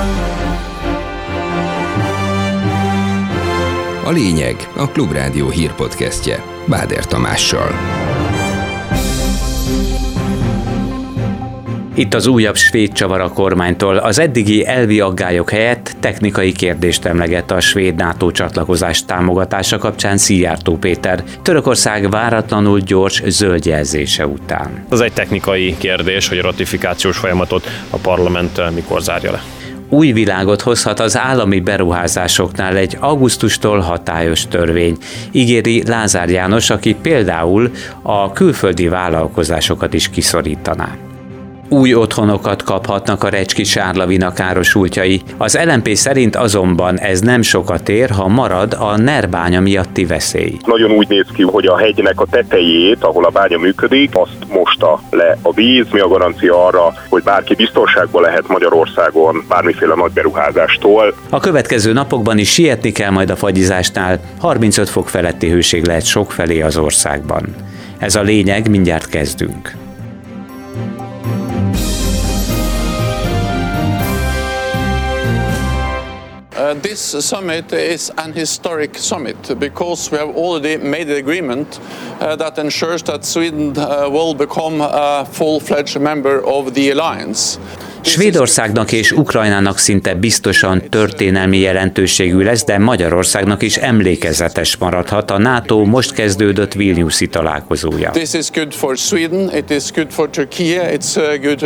A lényeg a Klubrádió hírpodcastje Báder Tamással. Itt az újabb svéd csavar a kormánytól. Az eddigi elvi aggályok helyett technikai kérdést emleget a svéd NATO csatlakozás támogatása kapcsán Szijjártó Péter, Törökország váratlanul gyors zöld jelzése után. Ez egy technikai kérdés, hogy a ratifikációs folyamatot a parlament mikor zárja le. Új világot hozhat az állami beruházásoknál egy augusztustól hatályos törvény, ígéri Lázár János, aki például a külföldi vállalkozásokat is kiszorítaná. Új otthonokat kaphatnak a Recski Sárlavina károsultjai. Az LMP szerint azonban ez nem sokat ér, ha marad a NER bánya miatti veszély. Nagyon úgy néz ki, hogy a hegynek a tetejét, ahol a bánya működik, azt mosta le a víz. Mi a garancia arra, hogy bárki biztonságban lehet Magyarországon bármiféle nagy beruházástól? A következő napokban is sietni kell majd a fagyizásnál. 35 fok feletti hőség lehet sokfelé az országban. Ez a lényeg, mindjárt kezdünk. This summit is an historic summit because we have already made an agreement that ensures that Sweden will become a full-fledged member of the alliance. Svédországnak és Ukrajnának szinte biztosan történelmi jelentőségű lesz, de Magyarországnak is emlékezetes maradhat a NATO most kezdődött Vilniuszi találkozója. This is good for Sweden, it is good for Turkey, it's good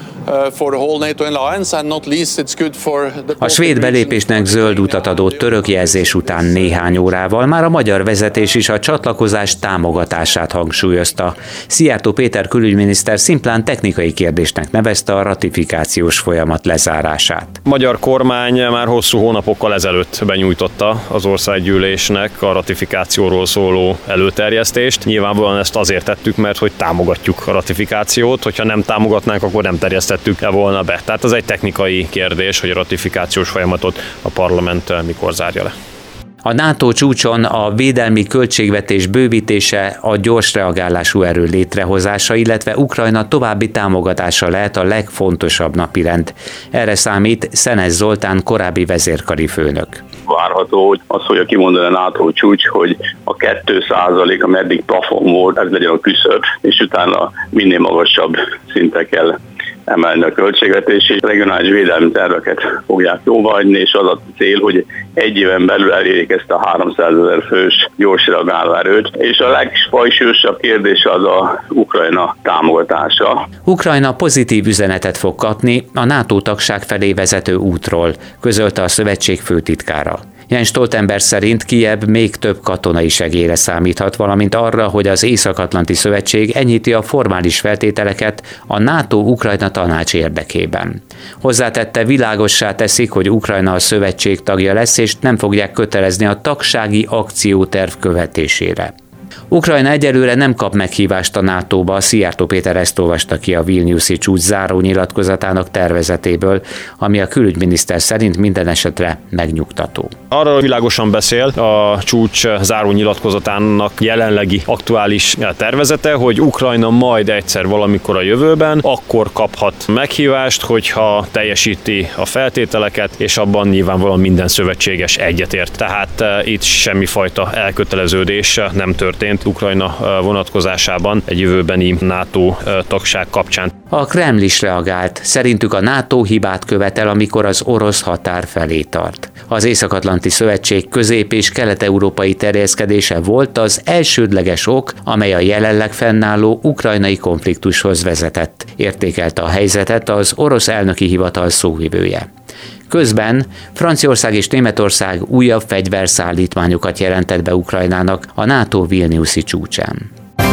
for the whole NATO alliance, and not least it's good for the... A svéd belépésnek zöld utat adó török jelzés után néhány órával már a magyar vezetés is a csatlakozás támogatását hangsúlyozta. Szijjártó Péter külügyminiszter szimplán technikai kérdésnek nevezte a ratifikációs folyamat lezárását. A magyar kormány már hosszú hónapokkal ezelőtt benyújtotta az országgyűlésnek a ratifikációról szóló előterjesztést. Nyilvánvalóan ezt azért tettük, mert hogy támogatjuk a ratifikációt, hogyha nem támogatnánk, akkor nem terjesztettük volna be. Tehát ez egy technikai kérdés, hogy a ratifikációs folyamatot a parlament mikor zárja le. A NATO csúcson a védelmi költségvetés bővítése, a gyors reagálású erő létrehozása, illetve Ukrajna további támogatása lehet a legfontosabb napirend. Erre számít Szenes Zoltán korábbi vezérkari főnök. Várható, hogy azt fogja kimondani a NATO csúcs, hogy a 2%, ami eddig plafon volt, ez legyen a küszöb, és utána minél magasabb szintre kell emelni a költségvetési regionális védelmi terveket fogják jóváhagyni, és az a cél, hogy egy éven belül elérjék ezt a 300 000 fős gyors reagáló erőt, és a legfajsúlyosabb kérdés az a Ukrajna támogatása. Ukrajna pozitív üzenetet fog kapni a NATO tagság felé vezető útról, közölte a szövetség főtitkára. Jens Stoltenberg szerint Kijev még több katonai segélyre számíthat, valamint arra, hogy az Észak-Atlanti Szövetség enyhíti a formális feltételeket a NATO-Ukrajna tanács érdekében. Hozzátette, világossá teszik, hogy Ukrajna a szövetség tagja lesz, és nem fogják kötelezni a tagsági akcióterv követésére. Ukrajna egyelőre nem kap meghívást a NATO-ba, Szijjártó Péter ezt olvasta ki a Vilniuszi csúcs záró nyilatkozatának tervezetéből, ami a külügyminiszter szerint minden esetre megnyugtató. Arról világosan beszél a csúcs záró nyilatkozatának jelenlegi aktuális tervezete, hogy Ukrajna majd egyszer valamikor a jövőben akkor kaphat meghívást, hogyha teljesíti a feltételeket, és abban nyilvánvalóan minden szövetséges egyetért. Tehát itt semmifajta elköteleződés nem történt Ukrajna vonatkozásában egy jövőbeni NATO tagság kapcsán. A Kreml is reagált. Szerintük a NATO hibát követel, amikor az orosz határ felé tart. Az Észak-Atlanti Szövetség közép- és kelet-európai terjeszkedése volt az elsődleges ok, amely a jelenleg fennálló ukrajnai konfliktushoz vezetett, értékelte a helyzetet az orosz elnöki hivatal szóvivője. Közben Franciaország és Németország újabb fegyverszállítmányokat jelentett be Ukrajnának a NATO Vilniuszi csúcsán.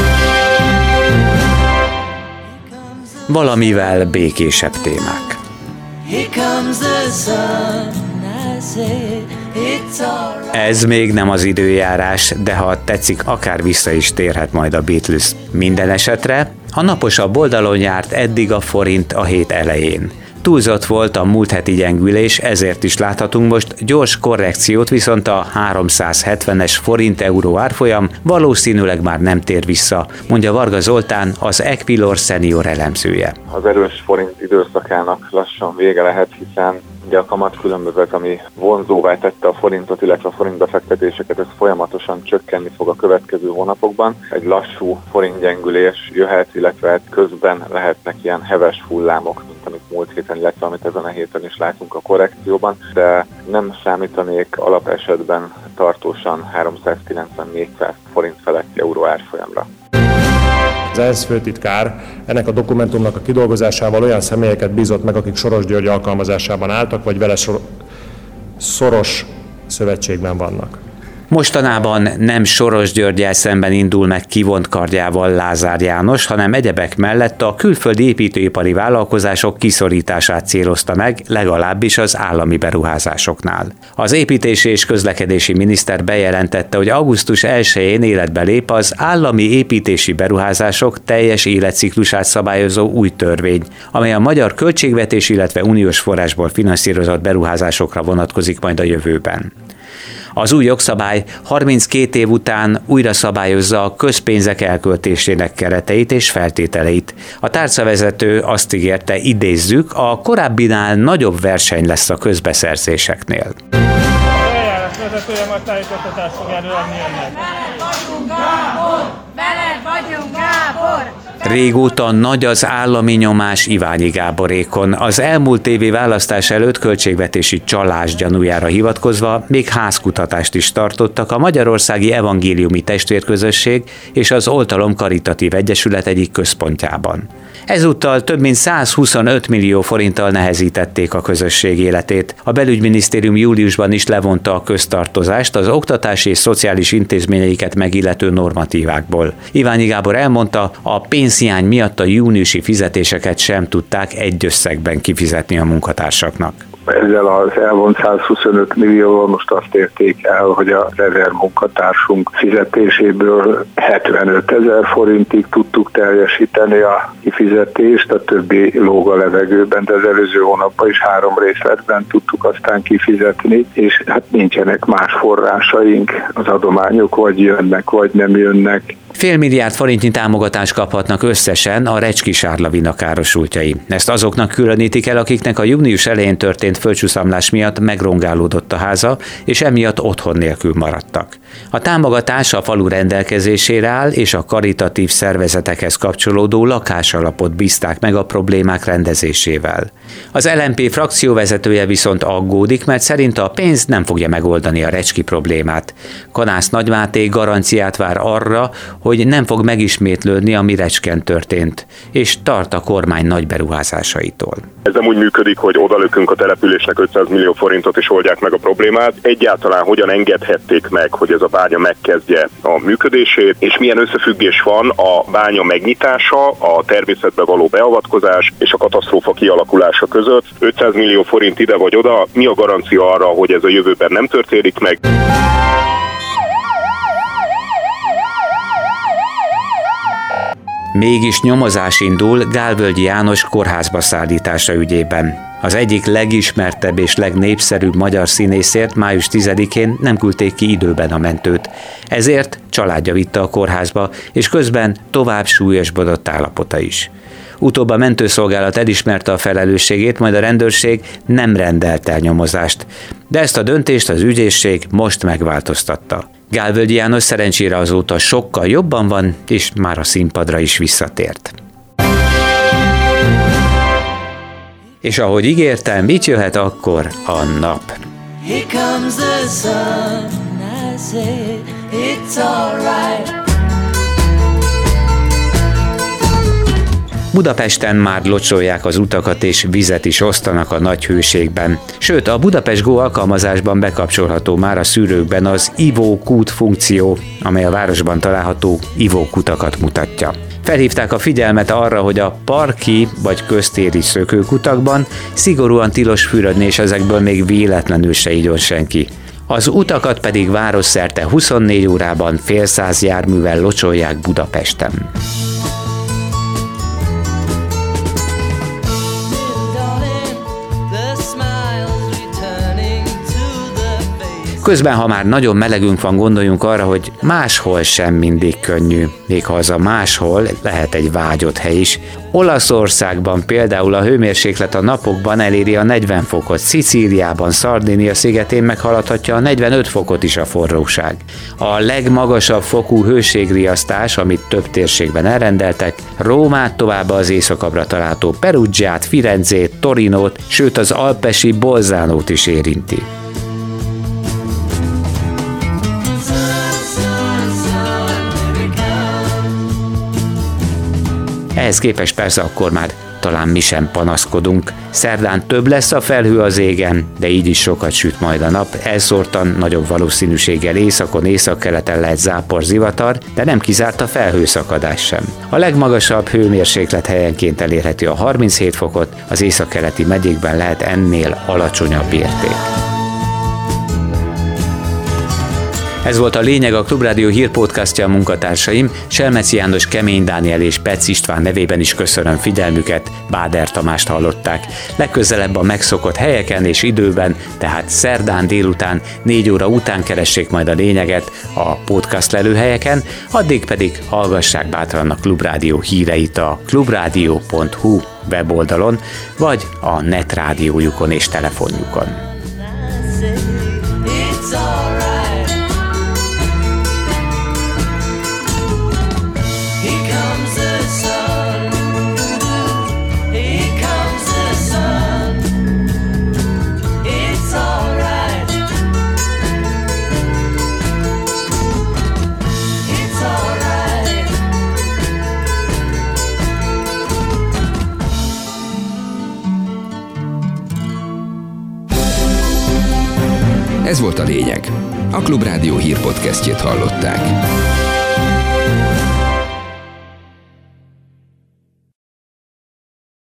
Valamivel békésebb témák. Ez még nem az időjárás, de ha tetszik, akár vissza is térhet majd a Beatles. Minden esetre a naposabb oldalon járt eddig a forint a hét elején. Túlzott volt a múlt heti gyengülés, ezért is láthatunk most gyors korrekciót, viszont a 370-es forint-euró árfolyam valószínűleg már nem tér vissza, mondja Varga Zoltán, az Equilor senior elemzője. Az erős forint időszakának lassan vége lehet, hiszen Ugye a kamatkülönbözet, ami vonzóvá tette a forintot, illetve a forintbefektetéseket, ez folyamatosan csökkenni fog a következő hónapokban. Egy lassú forintgyengülés jöhet, illetve közben lehetnek ilyen heves hullámok, mint amit múlt héten, illetve amit ezen a héten is látunk a korrekcióban, de nem számítanék alapesetben tartósan 390-400 forint feletti euró árfolyamra. Az ENSZ főtitkár ennek a dokumentumnak a kidolgozásával olyan személyeket bízott meg, akik Soros György alkalmazásában álltak, vagy vele szoros szövetségben vannak. Mostanában nem Soros Györggyel szemben indul meg kivont kardjával Lázár János, hanem egyebek mellett a külföldi építőipari vállalkozások kiszorítását célozta meg, legalábbis az állami beruházásoknál. Az építési és közlekedési miniszter bejelentette, hogy augusztus 1-én életbe lép az állami építési beruházások teljes életciklusát szabályozó új törvény, amely a magyar költségvetés, illetve uniós forrásból finanszírozott beruházásokra vonatkozik majd a jövőben. Az új jogszabály 32 év után újra szabályozza a közpénzek elköltésének kereteit és feltételeit. A tárcavezető azt ígérte, idézzük, a korábbinál nagyobb verseny lesz a közbeszerzéseknél. A eljárás vezetője majd tájékoztatást fog előadni önnek. Veled vagyunk, Gábor! Régóta nagy az állami nyomás Iványi Gáborékon. Az elmúlt évi választás előtt költségvetési csalás gyanújára hivatkozva még házkutatást is tartottak a Magyarországi Evangéliumi Testvérközösség és az Oltalom Karitatív Egyesület egyik központjában. Ezúttal több mint 125 millió forinttal nehezítették a közösség életét. A belügyminisztérium júliusban is levonta a köztartozást az oktatási és szociális intézményeiket megillető normatívákból. Iványi Gábor elmondta, a pénzhiány miatt a júniusi fizetéseket sem tudták egy összegben kifizetni a munkatársaknak. Ezzel az elvont 125 millióval most azt érték el, hogy a 1000 munkatársunk fizetéséből 75 000 forintig tudtuk teljesíteni a kifizetést, a többi lóg a levegőben, de az előző hónapban is 3 részletben tudtuk aztán kifizetni, és hát nincsenek más forrásaink, az adományok vagy jönnek, vagy nem jönnek. Fél milliárd forintnyi támogatást kaphatnak összesen a Recskisárlavina károsultjai. Ezt azoknak különítik el, akiknek a június elején történt földcsúszamlás miatt megrongálódott a háza, és emiatt otthon nélkül maradtak. A támogatás a falu rendelkezésére áll, és a karitatív szervezetekhez kapcsolódó lakásalapot bízták meg a problémák rendezésével. Az LMP frakcióvezetője viszont aggódik, mert szerint a pénz nem fogja megoldani a recski problémát. Kanász Nagymáté garanciát vár arra, hogy nem fog megismétlődni, ami Recsken történt, és tart a kormány nagy beruházásaitól. Ez nem úgy működik, hogy odalökünk a településnek 500 millió forintot és oldják meg a problémát. Egyáltalán hogyan engedhették meg, hogy ez a bánya megkezdje a működését, és milyen összefüggés van a bánya megnyitása, a természetbe való beavatkozás és a katasztrófa kialakulása között. 500 millió forint ide vagy oda, mi a garancia arra, hogy ez a jövőben nem történik meg? Mégis nyomozás indul Gálvölgyi János kórházba szállítása ügyében. Az egyik legismertebb és legnépszerűbb magyar színészért május 10-én nem küldték ki időben a mentőt. Ezért családja vitte a kórházba, és közben tovább súlyosbodott állapota is. Utóbb a mentőszolgálat elismerte a felelősségét, majd a rendőrség nem rendelt el nyomozást. De ezt a döntést az ügyészség most megváltoztatta. Gálvölgyi János szerencsére azóta sokkal jobban van, és már a színpadra is visszatért. És ahogy ígértem, mit jöhet akkor a nap? Here comes the sun, I say it's all right. Budapesten már locsolják az utakat és vizet is osztanak a nagy hőségben. Sőt, a Budapest Go alkalmazásban bekapcsolható már a szűrőkben az ivókút funkció, amely a városban található ivókutakat mutatja. Felhívták a figyelmet arra, hogy a parki vagy köztéri szökőkutakban szigorúan tilos fürödni, és ezekből még véletlenül se igyon senki. Az utakat pedig városszerte 24 órában fél száz járművel locsolják Budapesten. Közben, ha már nagyon melegünk van, gondoljunk arra, hogy máshol sem mindig könnyű, még ha az a máshol lehet egy vágyott hely is. Olaszországban például a hőmérséklet a napokban eléri a 40 fokot, Szicíliában, Szardínia szigetén meghaladhatja a 45 fokot is a forróság. A legmagasabb fokú hőségriasztás, amit több térségben elrendeltek, Rómát, továbbá az északabbra található Perugiát, Firenzét, Torinót, sőt az alpesi Bolzánót is érinti. Ehhez képest persze akkor már talán mi sem panaszkodunk. Szerdán több lesz a felhő az égen, de így is sokat süt majd a nap. Elszórtan, nagyobb valószínűséggel északon, északkeleten lehet zápor, zivatar, de nem kizárt a felhőszakadás sem. A legmagasabb hőmérséklet helyenként elérheti a 37 fokot, az északkeleti megyékben lehet ennél alacsonyabb érték. Ez volt a lényeg, a Klubrádió hírpodcastja, a munkatársaim, Selmeci János, Kemény Dániel és Pec István nevében is köszönöm figyelmüket, Báder Tamást hallották. Legközelebb a megszokott helyeken és időben, tehát szerdán délután 4 óra után keressék majd a lényeget a podcast lelőhelyeken, addig pedig hallgassák bátran a Klubrádió híreit a klubradio.hu weboldalon, vagy a netrádiójukon és telefonjukon. Ez volt a lényeg. A Klubrádió hírpodcastjét hallották.